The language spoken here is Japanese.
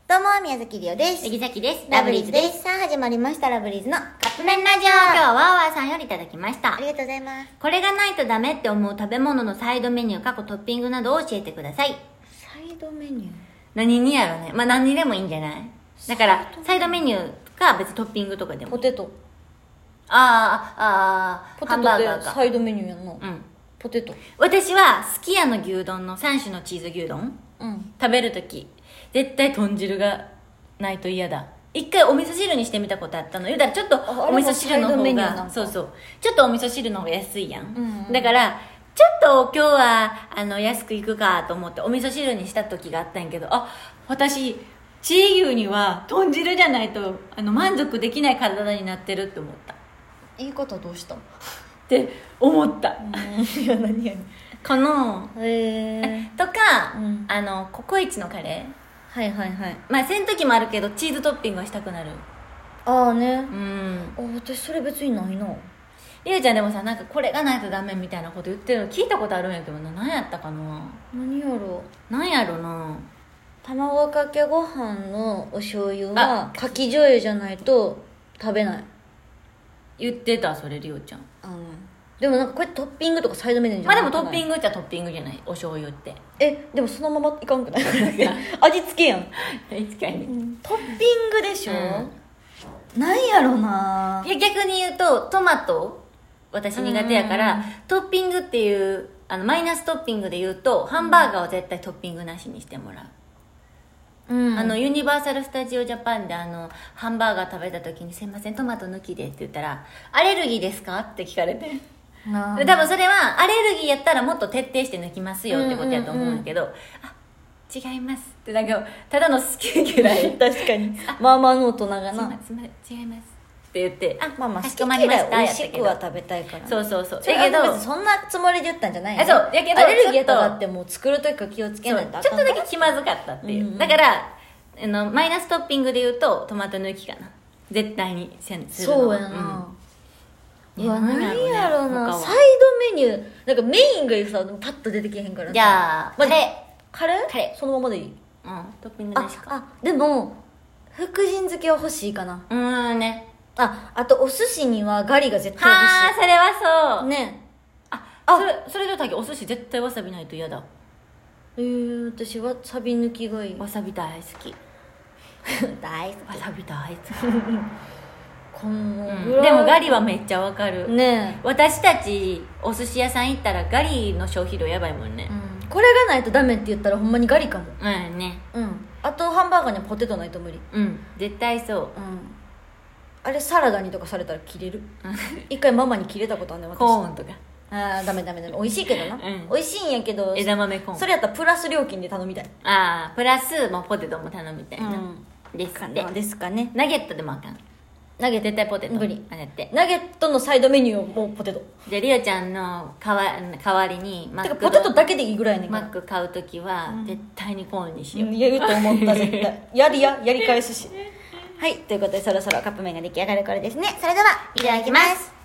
どうも、宮崎りおです。 杉崎です。 ラブリーズです。さあ、始まりました、ラブリーズのカップ麺ラジオ。今日はワーワーさんよりいただきました。 ありがとうございます。 これがないとダメって思う食べ物のサイドメニュー、過去トッピングなどを教えてください。 サイドメニュー何にやろね。まあ何にでもいいんじゃない？だから、サイドメニューか別にトッピングとかでも。 ポテト。 ポテハントバーガーってサイドメニューやんの。 うん。 ポテト。 私は、すき家の牛丼の3種のチーズ牛丼、食べるとき、絶対豚汁がないと嫌だ。一回お味噌汁にしてみたことあったの。言うたらちょっとお味噌汁の方が、そうそう。ちょっとお味噌汁の方が安いやん。だから、ちょっと今日は、安くいくかと思ってお味噌汁にした時があったんやけど、私、チー牛には豚汁じゃないと、満足できない体になってるって思った。 言い方どうしたのって思った。 いや、何やねん。 この、とか、ココイチのカレー。 はいはいはい。 まあ、せん時もあるけど、チーズトッピングはしたくなる。 ああね。私それ別にないな。 りおちゃんでもさ、なんかこれがないとダメみたいなこと言ってるの聞いたことあるんやけどな。何やったかな。 何やろ何やろな。 卵かけご飯のお醤油はかき醤油じゃないと食べない。 言ってた、それりおちゃん。 でもなんかこれトッピングとかサイドメニューじゃない。 まあでもトッピングっちゃトッピングじゃない、お醤油って。 でもそのままいかんくない味付けやん。 確かに、 トッピングでしょ、なんやろないや、逆に言うとトマト私苦手やから、トッピングっていうマイナストッピングで言うとハンバーガーは絶対トッピングなしにしてもらう。ユニバーサル・スタジオ・ジャパンでハンバーガー食べた時に「すいませんトマト抜きで」って言ったら「アレルギーですか?」って聞かれて、多分それはアレルギーやったらもっと徹底して抜きますよってことやと思うんやけど、違いますってなんかただの好き嫌い確かにまあまあの大人がな違いますって言ってまあまあかしこまりました。 美味しくは食べたいから、 そうだけどそんなつもりで言ったんじゃないよね。 そうやけどアレルギーとかってもう作る時から気をつけないとあかん。 ちょっとだけ気まずかったっていう、だからマイナストッピングで言うとトマト抜きかな、絶対にするの。 そうやな、何やろうな、サイドメニューなんかメインがさパッと出てけへんからさ。 じゃあカレーそのままでいい。 トッピングなしか。 でも福神漬けは欲しいかな。 ね。 あとお寿司にはガリが絶対欲しい。 それはそうね。 それでたけお寿司絶対わさびないと嫌だ。 私わさび抜きがいい。 わさび大好き大好き。 わさび大好き、 でもガリはめっちゃわかるね。 私たちお寿司屋さん行ったらガリの消費量やばいもんね。 これがないとダメって言ったらほんまにガリかも。 ね。 あとハンバーガーにはポテトないと無理。 絶対そう。 あれサラダにとかされたら切れる。一回ママに切れたことあんねん私。 コーンとかダメ美味しいけどな、美味しいんやけど枝豆コーン、 それやったらプラス料金で頼みたい。 プラスもうポテトも頼みたいな、 ですかね。 ナゲットでもあかん。ナゲット絶対ポテト無理。 あれってナゲットのサイドメニューもポテト。 じゃあリオちゃんの代わりにてかポテトだけでいいぐらいねんマック買うときは絶対にコーンにしよう。 言うと思った絶対やり返すしはい、ということでそろそろカップ麺が出来上がる頃ですね。それではいただきます。